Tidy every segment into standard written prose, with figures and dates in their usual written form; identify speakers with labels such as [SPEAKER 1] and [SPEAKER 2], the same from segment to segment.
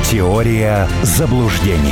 [SPEAKER 1] Теория заблуждений.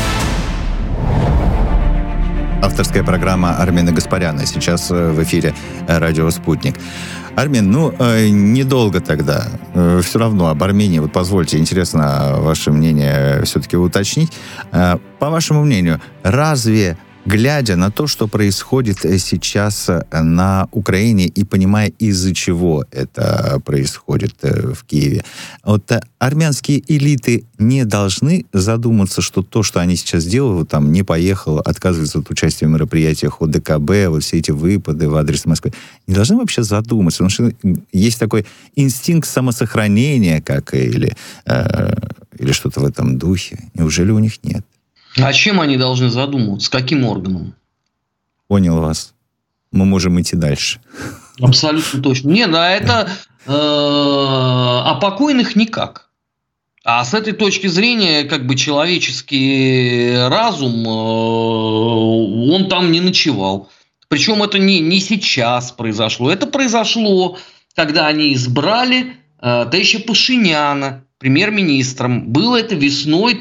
[SPEAKER 2] Авторская программа Армина Гаспаряна. Сейчас в эфире радио «Спутник». Армин, недолго тогда. Все равно об Армении. Вот позвольте, интересно ваше мнение все-таки уточнить. По вашему мнению, разве, глядя на то, что происходит сейчас на Украине и понимая, из-за чего это происходит в Киеве, вот армянские элиты не должны задуматься, что то, что они сейчас делают, там не поехал, отказывается от участия в мероприятиях ОДКБ, вот все эти выпады в адрес Москвы, не должны вообще задуматься, потому что есть такой инстинкт самосохранения, или что-то в этом духе. Неужели у них нет?
[SPEAKER 3] А чем они должны задумываться? С каким органом?
[SPEAKER 2] Понял вас. Мы можем идти дальше.
[SPEAKER 3] Абсолютно точно. это о покойных никак. А с этой точки зрения, человеческий разум, он там не ночевал. Причем это не сейчас произошло. Это произошло, когда они избрали товарища Пашиняна премьер-министром. Было это весной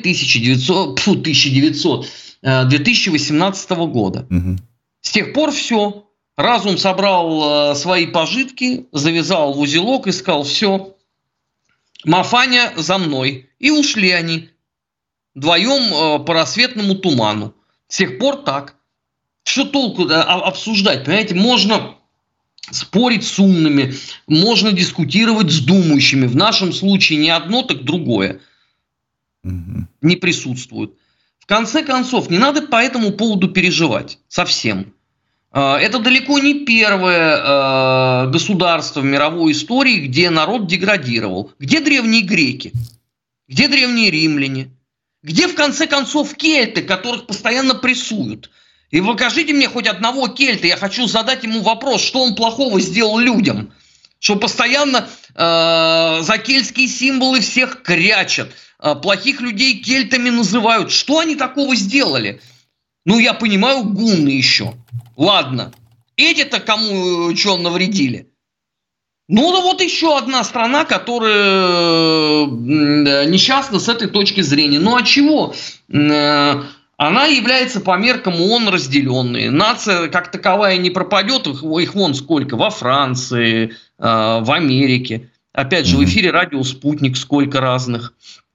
[SPEAKER 3] 2018 года.
[SPEAKER 2] Угу.
[SPEAKER 3] С тех пор все. Разум собрал свои пожитки, завязал в узелок и сказал: все, Мафаня за мной. И ушли они вдвоем по рассветному туману. С тех пор так. Что толку обсуждать? Понимаете, можно спорить с умными, можно дискутировать с думающими. В нашем случае не одно, так другое не присутствует. В конце концов, не надо по этому поводу переживать совсем. Это далеко не первое государство в мировой истории, где народ деградировал. Где древние греки? Где древние римляне? Где, в конце концов, кельты, которых постоянно прессуют? И покажите мне хоть одного кельта, я хочу задать ему вопрос, что он плохого сделал людям, что постоянно за кельтские символы всех крячат, плохих людей кельтами называют. Что они такого сделали? Я понимаю, гунны еще. Ладно, эти-то кому что навредили? Вот еще одна страна, которая несчастна с этой точки зрения. А чего? Она является по меркам ООН разделенной. Нация как таковая не пропадет, их вон сколько, во Франции, в Америке. Опять же, в эфире радио «Спутник» сколько разных.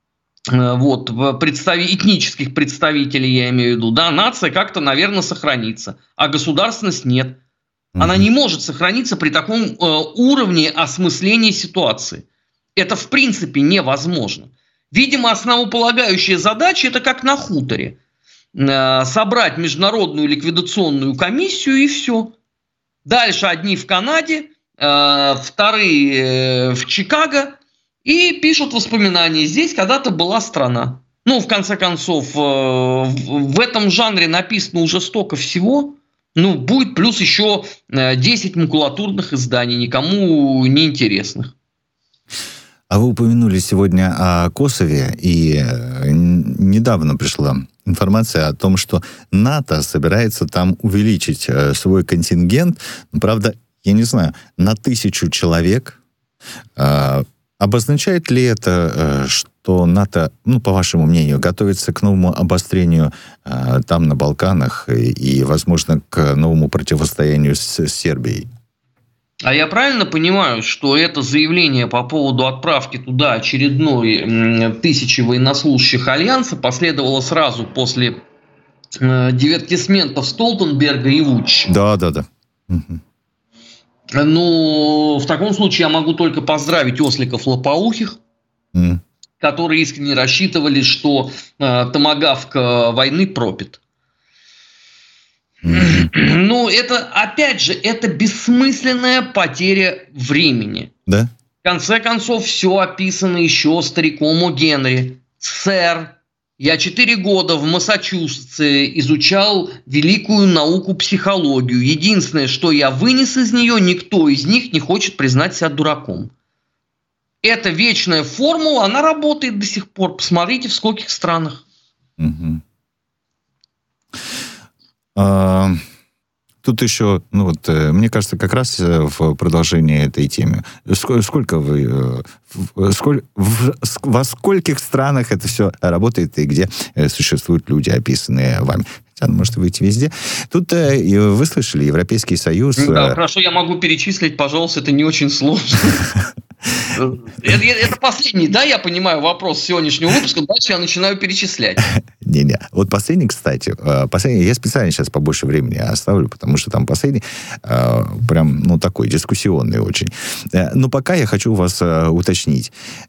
[SPEAKER 3] Этнических представителей, я имею в виду. Да, нация как-то, наверное, сохранится, а государственность нет. Она не может сохраниться при таком уровне осмысления ситуации. Это в принципе невозможно. Видимо, основополагающая задача – это как на хуторе. Собрать международную ликвидационную комиссию и все. Дальше одни в Канаде, вторые в Чикаго и пишут воспоминания. Здесь когда-то была страна. В конце концов, в этом жанре написано уже столько всего. Будет плюс еще 10 макулатурных изданий, никому не интересных.
[SPEAKER 2] А вы упомянули сегодня о Косове, и недавно пришла информация о том, что НАТО собирается там увеличить свой контингент, правда, я не знаю, на 1000 человек. Обозначает ли это, что НАТО, по вашему мнению, готовится к новому обострению там, на Балканах, и, возможно, к новому противостоянию с Сербией?
[SPEAKER 3] А я правильно понимаю, что это заявление по поводу отправки туда очередной 1000 военнослужащих Альянса последовало сразу после дивертисментов Столтенберга и Вучича?
[SPEAKER 2] Да.
[SPEAKER 3] В таком случае я могу только поздравить осликов лопоухих, которые искренне рассчитывали, что томагавк войны пропит. Это, опять же, это бессмысленная потеря времени.
[SPEAKER 2] Да?
[SPEAKER 3] В конце концов, все описано еще стариком О. Генри. Сэр, я 4 года в Массачусетсе изучал великую науку психологию. Единственное, что я вынес из нее, никто из них не хочет признать себя дураком. Эта вечная формула, она работает до сих пор. Посмотрите, в скольких странах.
[SPEAKER 2] Тут еще, мне кажется, как раз в продолжении этой темы. Сколько вы... во скольких странах это все работает и где существуют люди, описанные вами? Хотя он может выйти везде. Тут вы слышали, Европейский Союз...
[SPEAKER 3] Да, хорошо, я могу перечислить, пожалуйста, это не очень сложно. Это последний, да, я понимаю, вопрос сегодняшнего выпуска. Дальше я начинаю перечислять.
[SPEAKER 2] Не-не. Вот последний, кстати, я специально сейчас побольше времени оставлю, потому что там последний прям, такой дискуссионный очень. Но пока я хочу вас уточнить.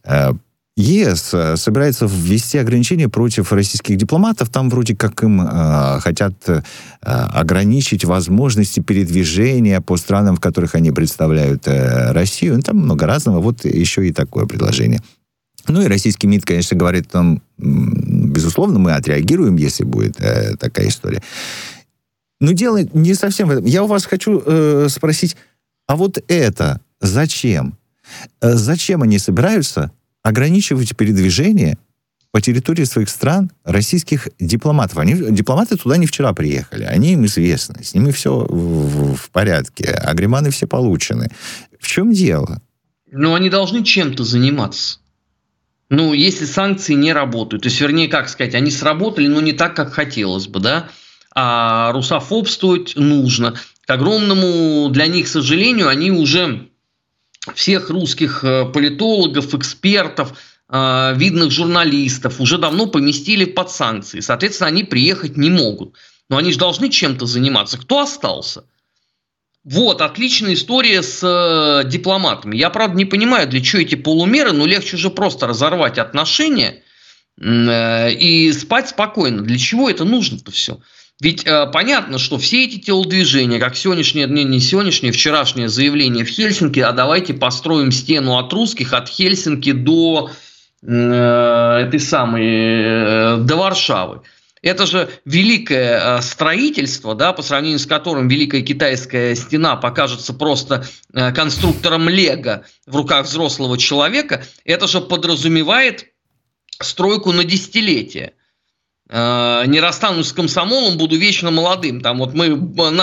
[SPEAKER 2] ЕС собирается ввести ограничения против российских дипломатов. Там вроде как им хотят ограничить возможности передвижения по странам, в которых они представляют Россию. Там много разного. Вот еще и такое предложение. И российский МИД, конечно, говорит, безусловно, мы отреагируем, если будет такая история. Но дело не совсем в этом. Я у вас хочу спросить, а вот это зачем? Зачем они собираются ограничивать передвижение по территории своих стран российских дипломатов? Дипломаты туда не вчера приехали, они им известны, с ними все в порядке, агреманы все получены. В чем дело?
[SPEAKER 3] Они должны чем-то заниматься. Если санкции не работают, то есть, вернее, как сказать, они сработали, но не так, как хотелось бы, да, а русофобствовать нужно. К огромному для них сожалению, они уже всех русских политологов, экспертов, видных журналистов уже давно поместили под санкции. Соответственно, они приехать не могут. Но они же должны чем-то заниматься. Кто остался? Вот, отличная история с дипломатами. Я, правда, не понимаю, для чего эти полумеры, но легче же просто разорвать отношения и спать спокойно. Для чего это нужно-то все? Ведь понятно, что все эти телодвижения, как вчерашнее заявление в Хельсинки, а давайте построим стену от русских, от Хельсинки до до Варшавы. Это же великое строительство, да, по сравнению с которым Великая Китайская стена покажется просто конструктором Лего в руках взрослого человека. Это же подразумевает стройку на десятилетия. Не расстанусь с комсомолом, буду вечно молодым. Там вот мы,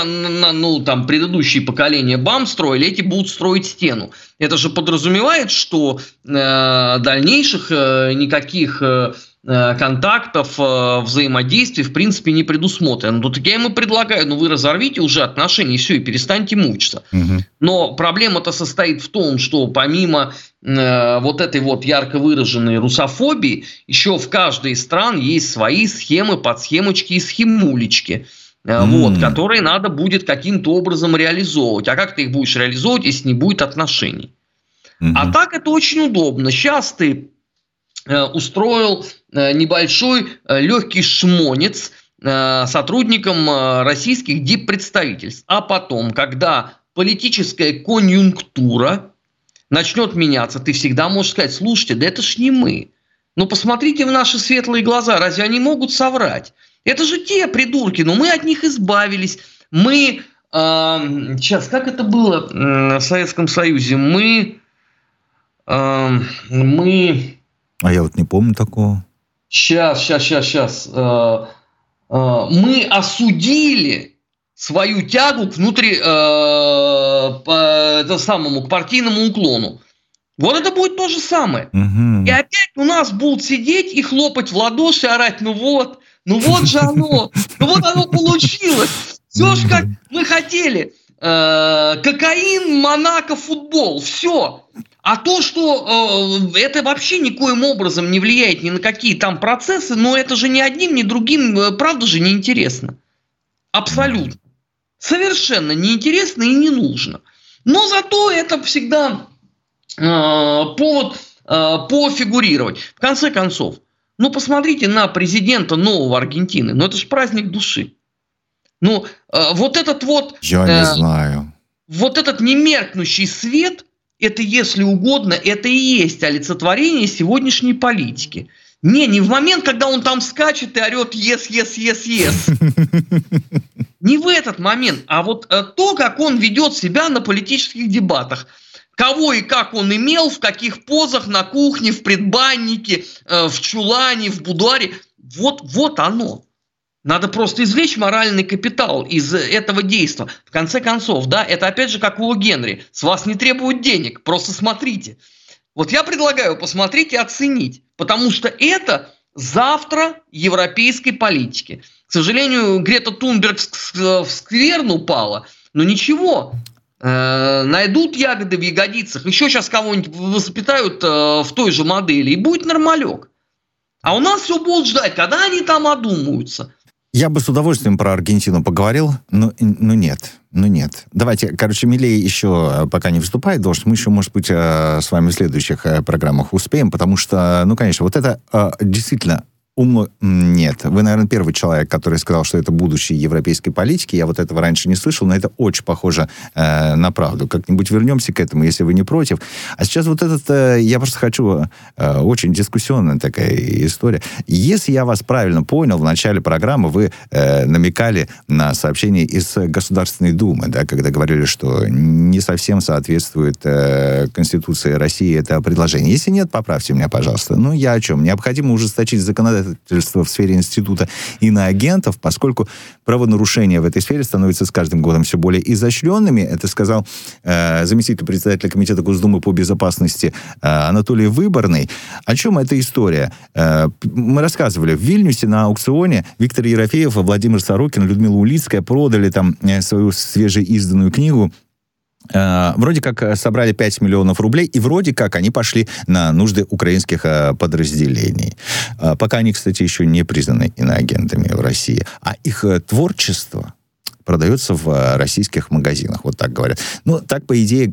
[SPEAKER 3] предыдущие поколения БАМ строили, эти будут строить стену. Это же подразумевает, что дальнейших никаких контактов, взаимодействий в принципе не предусмотрено. Так я ему предлагаю, вы разорвите уже отношения, и все, и перестаньте мучиться. Угу. Но проблема-то состоит в том, что помимо вот этой вот ярко выраженной русофобии, еще в каждой из стран есть свои схемы, подсхемочки и схемулечки, которые надо будет каким-то образом реализовывать. А как ты их будешь реализовывать, если не будет отношений? А так это очень удобно. Сейчас ты устроил небольшой легкий шмонец сотрудникам российских диппредставительств. А потом, когда политическая конъюнктура начнет меняться, ты всегда можешь сказать: слушайте, да это ж не мы. Посмотрите в наши светлые глаза, разве они могут соврать? Это же те придурки, но мы от них избавились. Мы, сейчас, как это было в Советском Союзе? Мы
[SPEAKER 2] А я вот не помню такого.
[SPEAKER 3] Сейчас. Мы осудили свою тягу к к партийному уклону. Вот это будет то же самое. Угу. И опять у нас будут сидеть и хлопать в ладоши, орать: ну вот же оно, вот оно получилось. Все ж как мы хотели. Кокаин, Монако, футбол, все. А то, что это вообще никоим образом не влияет ни на какие там процессы, но это же ни одним, ни другим, правда же, неинтересно. Абсолютно. Совершенно неинтересно и не нужно. Но зато это всегда повод пофигурировать. В конце концов, посмотрите на президента нового Аргентины. Это же праздник души. Вот этот вот...
[SPEAKER 2] Я не знаю.
[SPEAKER 3] Вот этот немеркнущий свет... Это, если угодно, это и есть олицетворение сегодняшней политики. Не в момент, когда он там скачет и орет yes, yes, yes, yes. Не в этот момент, а вот то, как он ведет себя на политических дебатах. Кого и как он имел, в каких позах, на кухне, в предбаннике, в чулане, в будуаре. Вот оно. Надо просто извлечь моральный капитал из этого действия. В конце концов, да, это опять же как у Генри. С вас не требуют денег, просто смотрите. Вот я предлагаю посмотреть и оценить, потому что это завтра европейской политики. К сожалению, Грета Тунберг в скверну упала, но ничего, найдут ягоды в ягодицах, еще сейчас кого-нибудь воспитают в той же модели, и будет нормалек. А у нас все будут ждать, когда они там одумаются.
[SPEAKER 2] Я бы с удовольствием про Аргентину поговорил, но нет. Давайте, Милей еще пока не выступает, потому что мы еще, может быть, с вами в следующих программах успеем, потому что, конечно, вот это действительно умно... Нет, вы, наверное, первый человек, который сказал, что это будущее европейской политики. Я вот этого раньше не слышал, но это очень похоже на правду. Как-нибудь вернемся к этому, если вы не против. А сейчас вот этот... Я просто хочу... Очень дискуссионная такая история. Если я вас правильно понял, в начале программы вы намекали на сообщение из Государственной Думы, да, когда говорили, что не совсем соответствует Конституции России это предложение. Если нет, поправьте меня, пожалуйста. Ну, я о чем? Необходимо ужесточить законодательство в сфере института иноагентов, поскольку правонарушения в этой сфере становятся с каждым годом все более изощренными. Это сказал заместитель председателя Комитета Госдумы по безопасности Анатолий Выборный. О чем эта история? Мы рассказывали, в Вильнюсе на аукционе Виктор Ерофеев, Владимир Сорокин, Людмила Улицкая продали там свою свежеизданную книгу. Вроде как собрали 5 миллионов рублей, и вроде как они пошли на нужды украинских подразделений. Пока они, кстати, еще не признаны иноагентами в России. А их творчество продается в российских магазинах, вот так говорят. Ну, так, по идее,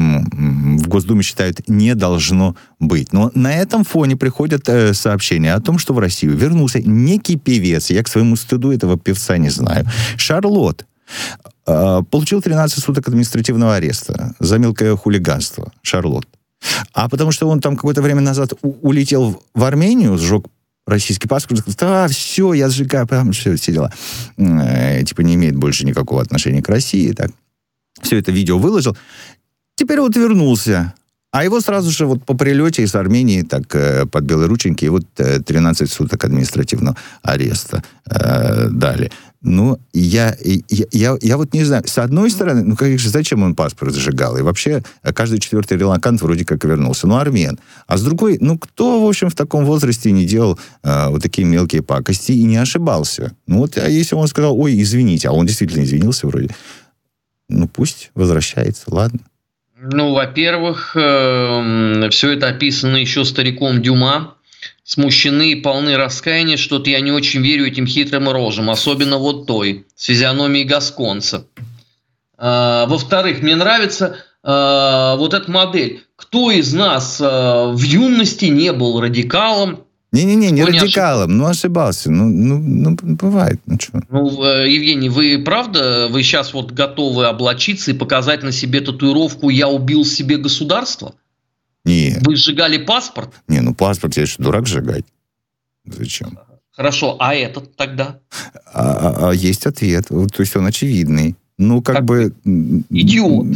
[SPEAKER 2] в Госдуме считают, не должно быть. Но на этом фоне приходят сообщения о том, что в Россию вернулся некий певец, я к своему стыду этого певца не знаю, Шарлот. Получил 13 суток административного ареста за мелкое хулиганство, Шарлот. А потому что он там какое-то время назад улетел в Армению, сжег российский паспорт, сказал, все, я сжигаю, все дела. Типа не имеет больше никакого отношения к России. Так. Все это видео выложил. Теперь вот вернулся. А его сразу же вот по прилете из Армении так под белые рученьки и вот 13 суток административного ареста дали. Ну, я вот не знаю. С одной стороны, ну, конечно, зачем он паспорт сжигал? И вообще, каждый четвертый релокант вроде как вернулся. Ну, армян. А с другой, ну, кто, в общем, в таком возрасте не делал вот такие мелкие пакости и не ошибался? Ну, вот, а если он сказал, ой, извините, а он действительно извинился вроде, ну, пусть возвращается, ладно.
[SPEAKER 3] Ну, во-первых, все это описано еще стариком Дюма. Смущены и полны раскаяния, что-то я не очень верю этим хитрым рожам, особенно вот той, с физиономией гасконца. Во-вторых, мне нравится вот эта модель. Кто из нас в юности не был радикалом?
[SPEAKER 2] Не радикалом, ну ошибался. Ну, бывает, ну что.
[SPEAKER 3] Ну, Евгений, вы правда, вы сейчас вот готовы облачиться и показать на себе татуировку «Я убил себе государство»?
[SPEAKER 2] Нет.
[SPEAKER 3] Вы сжигали паспорт?
[SPEAKER 2] Не, ну паспорт, я что, дурак сжигать? Зачем?
[SPEAKER 3] Хорошо, а этот тогда?
[SPEAKER 2] А есть ответ, то есть он очевидный. Ну, как бы...
[SPEAKER 3] Идиот.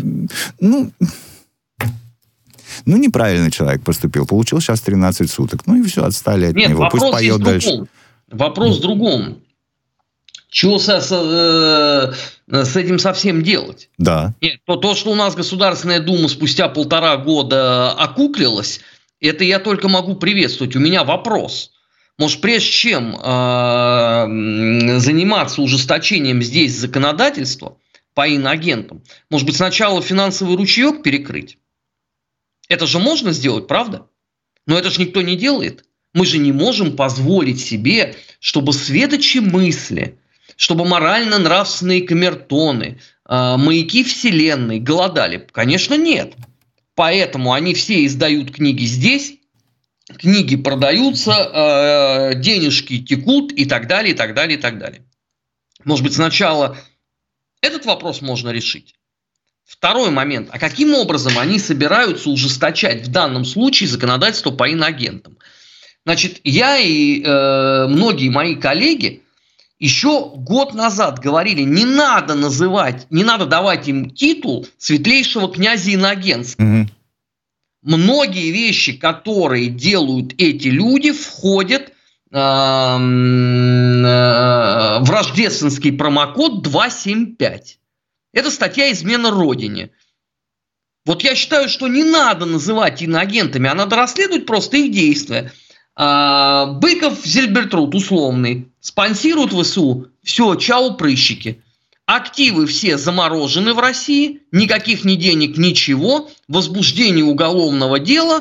[SPEAKER 2] Ну, неправильно человек поступил. Получил сейчас 13 суток. Ну, и все, отстали от него.
[SPEAKER 3] Вопрос
[SPEAKER 2] пусть поет дальше.
[SPEAKER 3] Вопрос в другом. Чего с этим совсем делать?
[SPEAKER 2] Да.
[SPEAKER 3] Нет, то, что у нас Государственная Дума спустя 1,5 года окуклилась, это я только могу приветствовать. У меня вопрос. Может, прежде чем заниматься ужесточением здесь законодательства по иноагентам, может быть, сначала финансовый ручеек перекрыть? Это же можно сделать, правда? Но это же никто не делает. Мы же не можем позволить себе, чтобы светочи мысли, чтобы морально-нравственные камертоны, маяки вселенной голодали. Конечно, нет. Поэтому они все издают книги здесь, книги продаются, денежки текут и так далее, и так далее, и так далее. Может быть, сначала этот вопрос можно решить. Второй момент. А каким образом они собираются ужесточать в данном случае законодательство по иноагентам? Значит, я и многие мои коллеги еще год назад говорили, не надо давать им титул светлейшего князя иноагентства. Угу. Многие вещи, которые делают эти люди, входят в рождественский промокод 275. Это статья «Измена Родине». Вот я считаю, что не надо называть иноагентами, а надо расследовать просто их действия. Быков, Зильбертруд условный, спонсируют ВСУ, все, чао, прыщики. Активы все заморожены в России, никаких ни денег, ничего, возбуждение уголовного дела,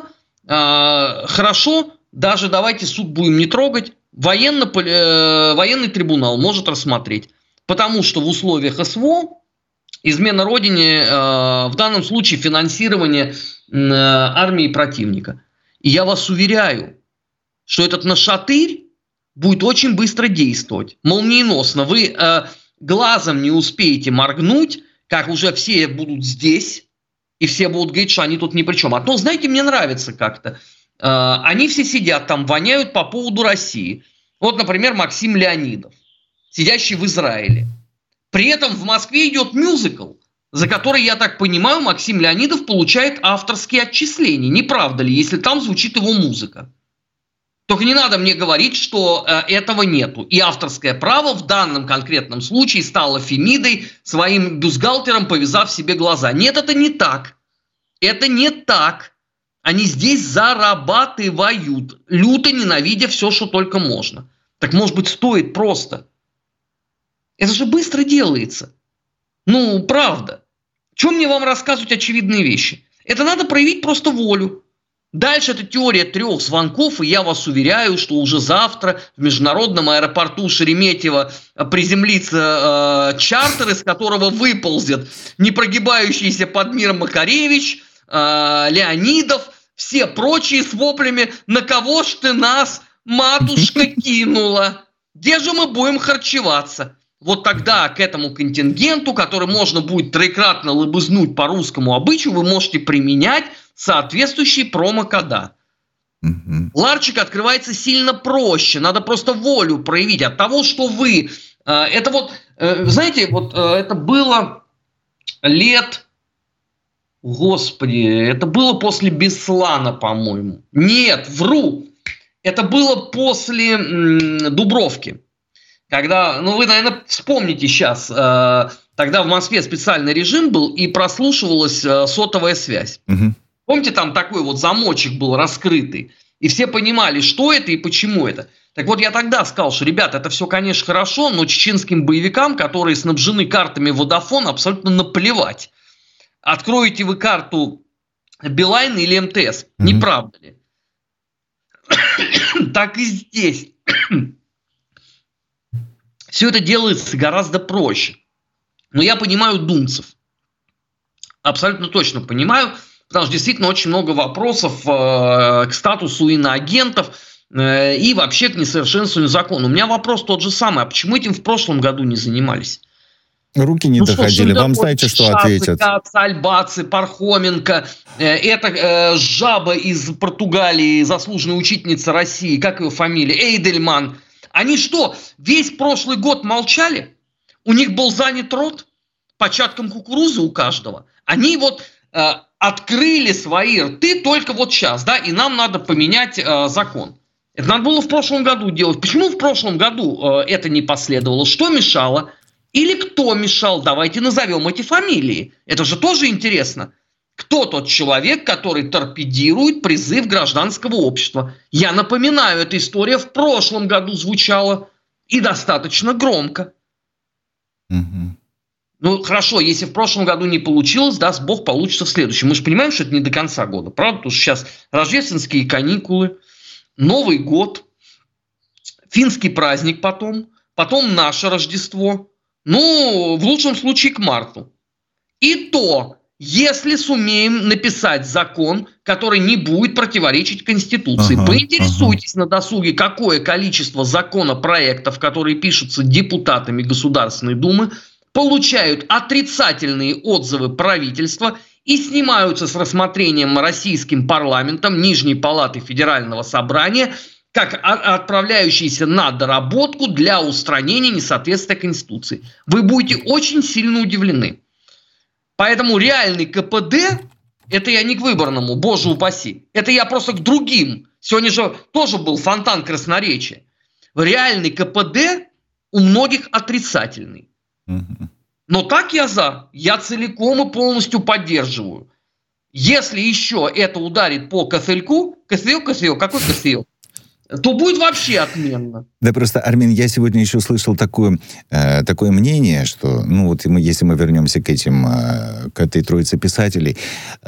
[SPEAKER 3] хорошо, даже давайте суд будем не трогать, военный трибунал может рассмотреть, потому что в условиях СВО измена Родине в данном случае финансирование армии противника. И я вас уверяю, что этот нашатырь будет очень быстро действовать, молниеносно. Вы глазом не успеете моргнуть, как уже все будут здесь, и все будут говорить, что они тут ни при чем. А то, знаете, мне нравится как-то. Они все сидят там, воняют по поводу России. Вот, например, Максим Леонидов, сидящий в Израиле. При этом в Москве идет мюзикл, за который, я так понимаю, Максим Леонидов получает авторские отчисления. Не правда ли, если там звучит его музыка? Только не надо мне говорить, что этого нету. И авторское право в данном конкретном случае стало Фемидой, своим бюстгальтером повязав себе глаза. Нет, это не так. Это не так. Они здесь зарабатывают, люто ненавидя все, что только можно. Так, может быть, стоит просто... Это же быстро делается. Ну, правда. Чем мне вам рассказывать очевидные вещи? Это надо проявить просто волю. Дальше это теория 3 звонков, и я вас уверяю, что уже завтра в международном аэропорту Шереметьево приземлится чартер, из которого выползет непрогибающийся под мир Макаревич, Леонидов, все прочие с воплями «На кого ж ты нас, матушка, кинула? Где же мы будем харчеваться?» Вот тогда к этому контингенту, который можно будет троекратно лобызнуть по русскому обычаю, вы можете применять соответствующие промокода. Ларчик открывается сильно проще. Надо просто волю проявить от того, что вы... Это вот, знаете, вот это было лет... Господи, это было после Беслана, по-моему. Нет, вру. Это было после Дубровки. Когда, ну вы, наверное, вспомните сейчас, тогда в Москве специальный режим был и прослушивалась сотовая связь. Помните, там такой вот замочек был раскрытый, и все понимали, что это и почему это. Так вот, я тогда сказал, что, ребят, это все, конечно, хорошо, но чеченским боевикам, которые снабжены картами Vodafone, абсолютно наплевать. Откроете вы карту Билайн или МТС, не правда ли? Так и здесь. Все это делается гораздо проще. Но я понимаю думцев. Абсолютно точно понимаю, потому что действительно очень много вопросов к статусу иноагентов и вообще к несовершенствованию закона. У меня вопрос тот же самый. А почему этим в прошлом году не занимались?
[SPEAKER 2] Руки не доходили. Вам знаете, что ответят?
[SPEAKER 3] Альбацы, Пархоменко, это жаба из Португалии, заслуженная учительница России, как ее фамилия, Эйдельман. Они что, весь прошлый год молчали? У них был занят рот початком кукурузы у каждого. Они вот открыли свои рты только вот сейчас, да, и нам надо поменять закон. Это надо было в прошлом году делать. Почему в прошлом году это не последовало? Что мешало? Или кто мешал? Давайте назовем эти фамилии. Это же тоже интересно. Кто тот человек, который торпедирует призыв гражданского общества? Я напоминаю, эта история в прошлом году звучала и достаточно громко. Ну, хорошо, если в прошлом году не получилось, даст Бог, получится в следующем. Мы же понимаем, что это не до конца года, правда? Потому что сейчас рождественские каникулы, Новый год, финский праздник потом наше Рождество. Ну, в лучшем случае к марту. И то, если сумеем написать закон, который не будет противоречить Конституции. Поинтересуйтесь на досуге, какое количество законопроектов, которые пишутся депутатами Государственной Думы, получают отрицательные отзывы правительства и снимаются с рассмотрением российским парламентом Нижней Палаты Федерального Собрания как отправляющиеся на доработку для устранения несоответствия Конституции. Вы будете очень сильно удивлены. Поэтому реальный КПД, это я не к выборному, боже упаси, это я просто к другим. Сегодня же тоже был фонтан красноречия. реальный КПД у многих отрицательный. Но так я за. Я целиком и полностью поддерживаю. Если еще это ударит по кошельку, какой кошелек? То будет вообще отменно.
[SPEAKER 2] Да просто, Армен, я сегодня еще слышал такое мнение, что, если мы вернемся к этой троице писателей,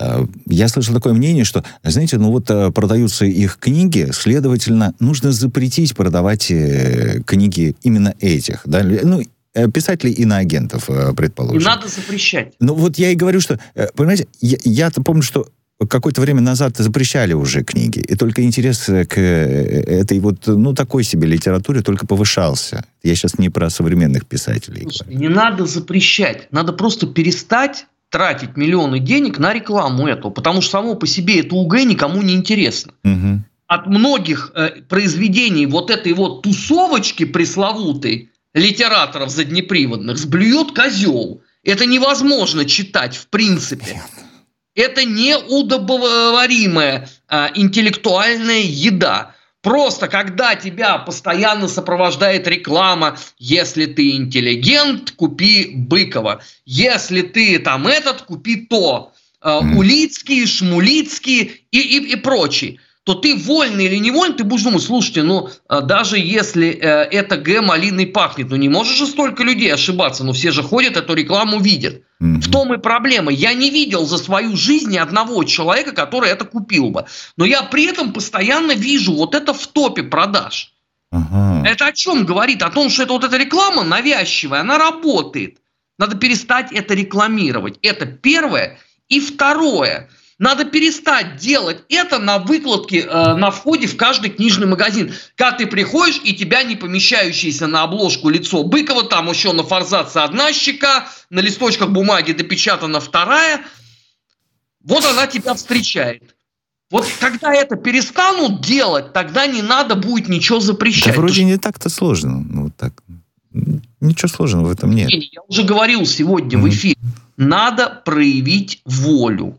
[SPEAKER 2] я слышал такое мнение, что, знаете, продаются их книги, следовательно, нужно запретить продавать книги именно этих, да, писателей иноагентов, предположим.
[SPEAKER 3] Не надо запрещать.
[SPEAKER 2] Я и говорю, что, понимаете, я-то помню, что какое-то время назад запрещали уже книги, и только интерес к этой такой себе литературе только повышался. Я сейчас не про современных писателей.
[SPEAKER 3] Слушай, не надо запрещать, надо просто перестать тратить миллионы денег на рекламу этого, потому что само по себе это УГ никому не интересно. Угу. От многих произведений этой тусовочки пресловутой литераторов заднеприводных сблюет козел. Это невозможно читать в принципе. Это неудобоваримая интеллектуальная еда. Просто когда тебя постоянно сопровождает реклама, если ты интеллигент, купи Быкова. Если ты купи то. Улицкий, Шмулицкий и прочий. То ты вольно или невольно, ты будешь думать, слушайте, даже если это Г малиной пахнет, не можешь же столько людей ошибаться, все же ходят, эту рекламу видят. В том и проблема. Я не видел за свою жизнь ни одного человека, который это купил бы. Но я при этом постоянно вижу это в топе продаж. Это о чем говорит? О том, что эта реклама навязчивая, она работает. Надо перестать это рекламировать. Это первое. И второе. Надо перестать делать это на выкладке на входе в каждый книжный магазин. Когда ты приходишь, и тебя не помещающееся на обложку лицо Быкова, там еще на форзаце одна щека, на листочках бумаги допечатана вторая. Она тебя встречает. Когда это перестанут делать, тогда не надо будет ничего запрещать.
[SPEAKER 2] Да вроде не так-то сложно. Ничего сложного в этом нет.
[SPEAKER 3] Я уже говорил сегодня в эфире. Надо проявить волю.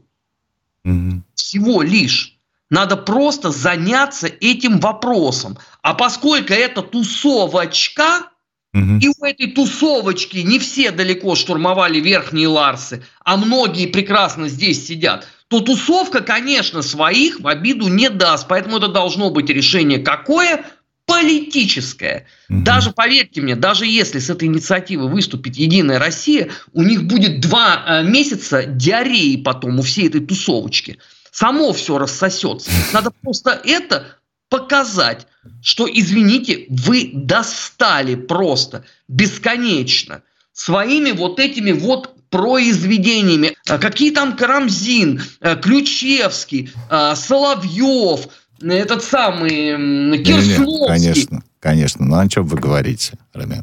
[SPEAKER 3] Всего лишь. Надо просто заняться этим вопросом. А поскольку это тусовочка, и у этой тусовочки не все далеко штурмовали верхние Ларсы, а многие прекрасно здесь сидят, то тусовка, конечно, своих в обиду не даст. Поэтому это должно быть решение какое? Политическое. Даже, поверьте мне, даже если с этой инициативой выступит Единая Россия, у них будет 2 месяца диареи потом у всей этой тусовочки. Само все рассосется. Надо просто это показать, что, извините, вы достали просто бесконечно своими этими произведениями. Какие там Карамзин, Ключевский, Соловьев, этот самый Кирсловский.
[SPEAKER 2] Конечно. О чем вы говорите, Армен?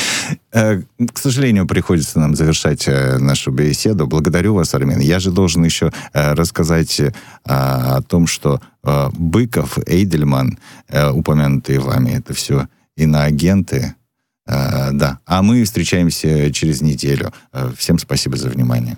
[SPEAKER 2] К сожалению, приходится нам завершать нашу беседу. Благодарю вас, Армен. Я же должен еще рассказать о том, что Быков, Эйдельман, упомянутые вами, это все иноагенты. Да. А мы встречаемся через неделю. Всем спасибо за внимание.